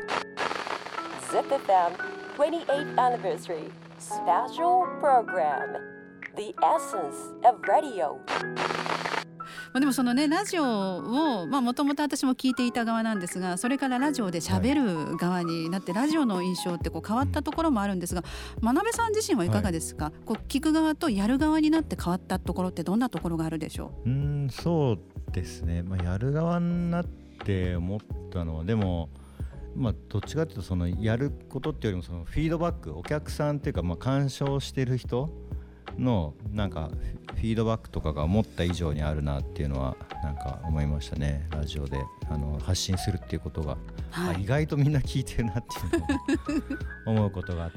ZIPFM 28th Anniversary Special Program The Essence of Radio。 でもそのねラジオをもともと私も聞いていた側なんですが、それからラジオで喋る側になって、ラジオの印象って変わったところもあるんですが、真鍋さん自身はいかがですか？聞く側とやる側になって変わったところってどんなところがあるでしょう？ そうですね、やる側になって思ったのは、でもどっちかというとそのやることっていうよりもそのフィードバック、お客さんっていうか鑑賞してる人のなんかフィードバックとかが思った以上にあるなっていうのはなんか思いましたね。ラジオで発信するっていうことが、意外とみんな聞いてるなっていうのを思うことがあって、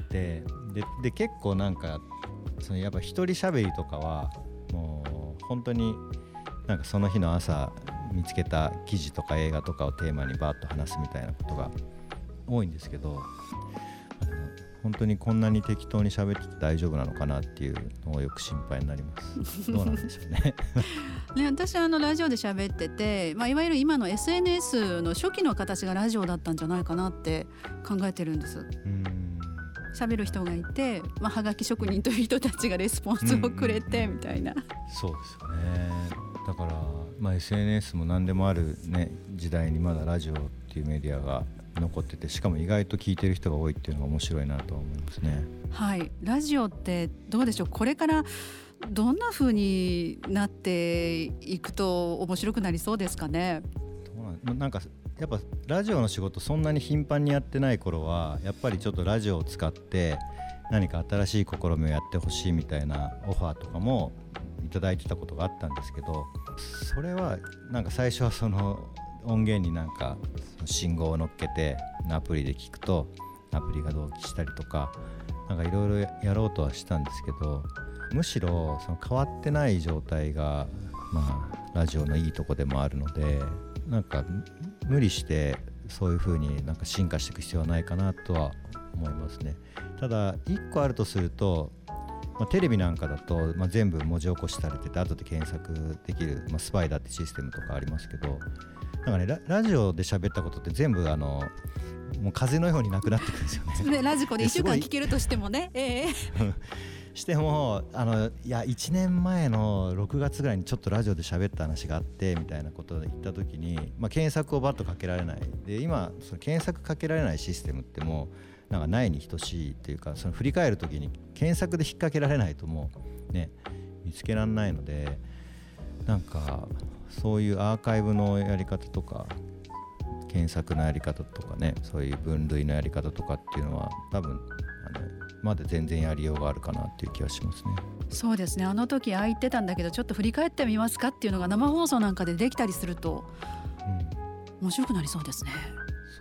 で結構なんかそのやっぱ一人喋りとかはもう本当になんかその日の朝見つけた記事とか映画とかをテーマにバーッと話すみたいなことが多いんですけど、本当にこんなに適当に喋ってて大丈夫なのかなっていうのをよく心配になりますどうなんでしょうね私ラジオで喋ってて、いわゆる今の SNS の初期の形がラジオだったんじゃないかなって考えてるんです。喋る人がいて、はがき職人という人たちがレスポンスをくれてみたいな、 そうですよね。だから、SNS も何でもある、時代にまだラジオっていうメディアが残ってて、しかも意外と聞いてる人が多いっていうのが面白いなと思いますね。はい、 ラジオってどうでしょう、これからどんな風になっていくと面白くなりそうですかね。 なんかやっぱラジオの仕事そんなに頻繁にやってない頃はやっぱりちょっとラジオを使って何か新しい試みをやってほしいみたいなオファーとかもいただいてたことがあったんですけど、それはなんか最初はその音源になんか信号を乗っけてアプリで聞くとアプリが同期したりとかなんかいろいろやろうとはしたんですけど、むしろその変わってない状態がラジオのいいとこでもあるので、なんか無理してそういう風になんか進化していく必要はないかなとは思いますね。ただ一個あるとすると、テレビなんかだと、全部文字起こしされてて後で検索できる、スパイダーってシステムとかありますけど、なんかね、ラジオで喋ったことって全部もう風のようになくなってくるんですよね。 ラジコで1週間聞けるとしてもねしてもいや1年前の6月ぐらいにちょっとラジオで喋った話があってみたいなことを言った時に、検索をバッとかけられないで、今その検索かけられないシステムってもうなんかないに等しいっていうか、その振り返る時に検索で引っ掛けられないともうね見つけられないので、なんかそういうアーカイブのやり方とか検索のやり方とかね、そういう分類のやり方とかっていうのは多分まだ全然やりようがあるかなっていう気がしますね。 そうですね、あの時空いてたんだけどちょっと振り返ってみますかっていうのが生放送なんかでできたりすると、面白くなりそうですね。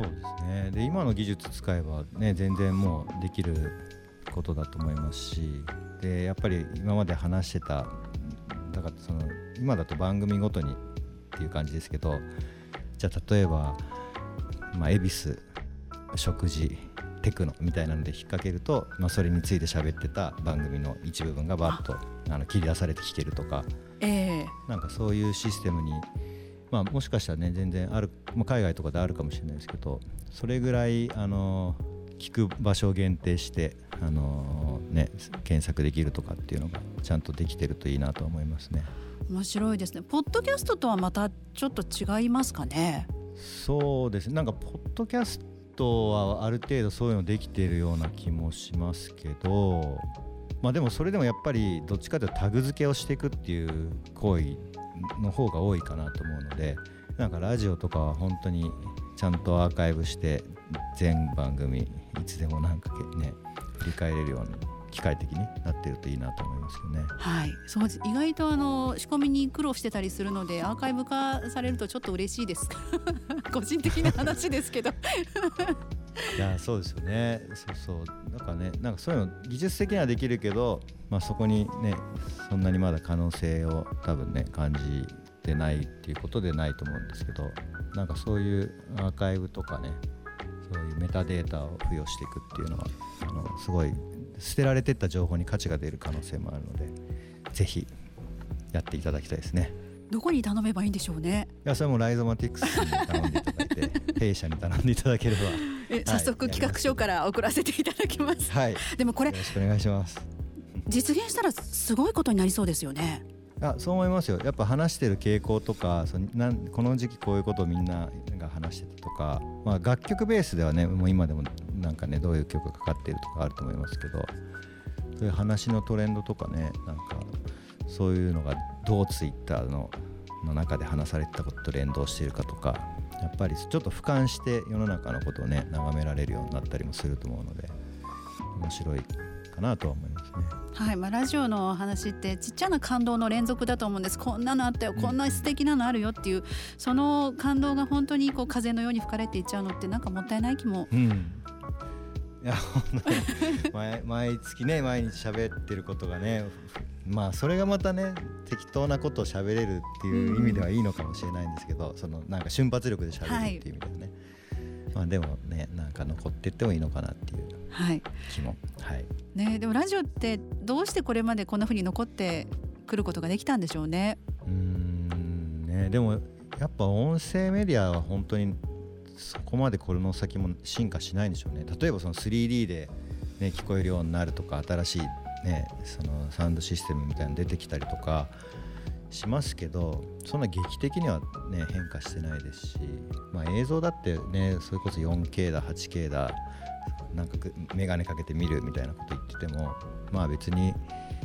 そうですね。で今の技術使えばね全然もうできることだと思いますし、でやっぱり今まで話してただからその今だと番組ごとにっていう感じですけど、じゃあ例えば恵比寿食事テクノみたいなので引っ掛けると、それについて喋ってた番組の一部分がバッと切り出されて聞けるとか、なんかそういうシステムに、もしかしたらね全然ある、海外とかであるかもしれないですけど、それぐらい聞く場所を限定して検索できるとかっていうのがちゃんとできてるといいなと思いますね。 面白いですね。ポッドキャストとはまたちょっと違いますかね。 そうですね。なんかポッドキャストはある程度そういうのできているような気もしますけど、でもそれでもやっぱりどっちかというとタグ付けをしていくっていう行為の方が多いかなと思うので、なんかラジオとかは本当にちゃんとアーカイブして全番組いつでもなんかね振り返れるように機械的になってるといいなと思いますよね。 はい、そうです。意外と仕込みに苦労してたりするのでアーカイブ化されるとちょっと嬉しいです個人的な話ですけどいやそうですよね。そうだからね、なんかそういうの技術的にはできるけど、そこにねそんなにまだ可能性を多分ね感じてないっていうことでないと思うんですけど、なんかそういうアーカイブとかね、そういうメタデータを付与していくっていうのはすごい捨てられていった情報に価値が出る可能性もあるので、ぜひやっていただきたいですね。 どこに頼めばいいんでしょうね。 いやそれもライゾマティクスに頼んでいただいて弊社に頼んでいただければ早速企画書から送らせていただきます。 はい、 でもこれよろしくお願いします。 実現したらすごいことになりそうですよね。 そう思いますよ。やっぱ話してる傾向とかこの時期こういうことをみんなが話してたとか、楽曲ベースではねもう今でもなんかねどういう曲がかかってるとかあると思いますけど、そういう話のトレンドとかね、なんかそういうのがどうツイッターの中で話されてたことと連動しているかとか、やっぱりちょっと俯瞰して世の中のことをね眺められるようになったりもすると思うので面白いかなとは思いますね。 はい、ラジオの話ってちっちゃな感動の連続だと思うんです。こんなのあったよ、こんな素敵なのあるよっていう、その感動が本当にこう風のように吹かれていっちゃうのってなんかもったいない気も、 いや毎月ね毎日喋ってることがね、それがまたね適当なことを喋れるっていう意味ではいいのかもしれないんですけど、そのなんか瞬発力で喋るっていう意味ではね、でもねなんか残っていってもいいのかなっていう気も、 ね。でもラジオってどうしてこれまでこんな風に残ってくることができたんでしょうね。 でもやっぱ音声メディアは本当にそこまでこの先も進化しないんでしょうね。例えばその 3D で、ね、聞こえるようになるとか新しい、そのサウンドシステムみたいなの出てきたりとかしますけど、そんな劇的には、変化してないですし、映像だってねそれこそ 4K だ 8K だなんかメガネかけて見るみたいなこと言ってても、別に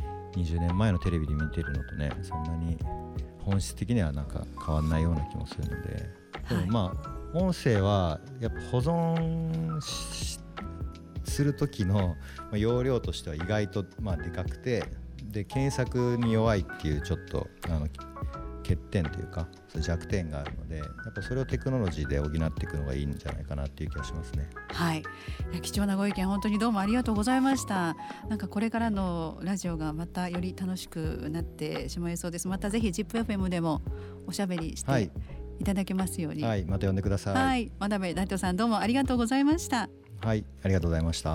20年前のテレビで見てるのとねそんなに本質的にはなんか変わんないような気もするので、でも音声はやっぱ保存する時の容量としては意外とでかくて、で検索に弱いっていうちょっと欠点というか弱点があるので、やっぱそれをテクノロジーで補っていくのがいいんじゃないかなっていう気がしますね。 はい、貴重なご意見本当にどうもありがとうございました。なんかこれからのラジオがまたより楽しくなってしまいそうです。またぜひ ZIPFM でもおしゃべりしていただけますように、 また呼んでください。 はい、真鍋大斗さんどうもありがとうございました。 はい、ありがとうございました。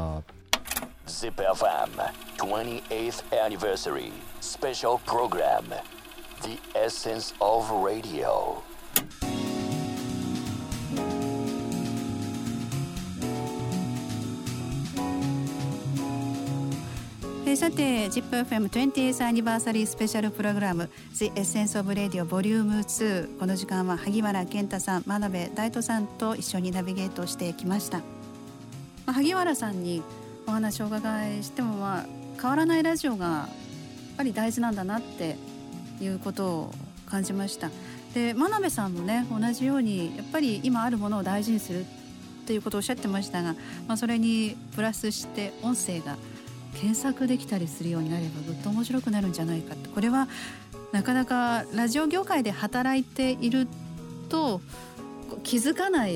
ZIPFM 28th Anniversary Special Program The Essence of Radio。 さて ZIPFM 20th Anniversary スペシャルプログラム The Essence of Radio Vol. 2、 この時間は萩原健太さん、真鍋大斗さんと一緒にナビゲートしてきました。萩原さんにお話をお伺いしても、変わらないラジオがやっぱり大事なんだなっていうことを感じました。で真鍋さんもね同じようにやっぱり今あるものを大事にするっていうことをおっしゃってましたが、それにプラスして音声が検索できたりするようになればぐっと面白くなるんじゃないかって、これはなかなかラジオ業界で働いていると気づかない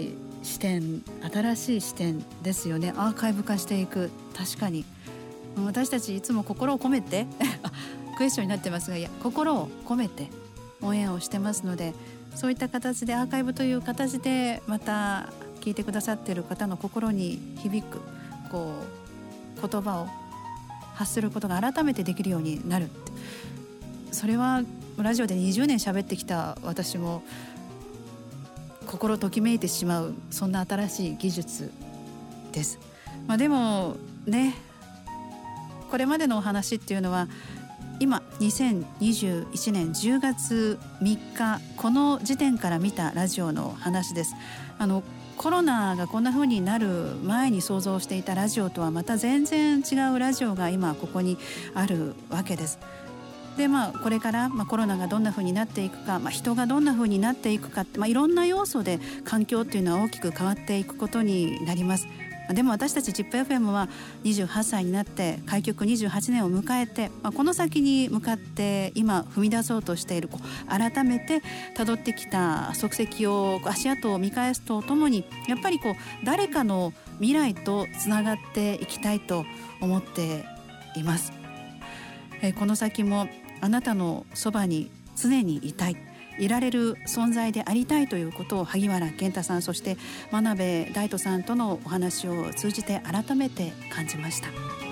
視点、新しい視点ですよね。アーカイブ化していく。確かに私たちいつも心を込めてクエスチョンになってますが、いや心を込めてオンエアをしてますので、そういった形でアーカイブという形でまた聞いてくださっている方の心に響くこう言葉を発することが改めてできるようになるって、それはラジオで20年喋ってきた私も心ときめいてしまう、そんな新しい技術です。でもね、これまでのお話っていうのは今2021年10月3日この時点から見たラジオの話です。コロナがこんな風になる前に想像していたラジオとはまた全然違うラジオが今ここにあるわけです。でこれから、コロナがどんな風になっていくか、人がどんな風になっていくかって、いろんな要素で環境っていうのは大きく変わっていくことになります。でも私たち ZIPFM は28歳になって開局28年を迎えて、この先に向かって今踏み出そうとしている改めて辿ってきた足跡を足跡を見返すとともに、やっぱり誰かの未来とつながっていきたいと思っています。この先もあなたのそばに常にいたい、いられる存在でありたいということを萩原健太さん、そして真鍋大斗さんとのお話を通じて改めて感じました。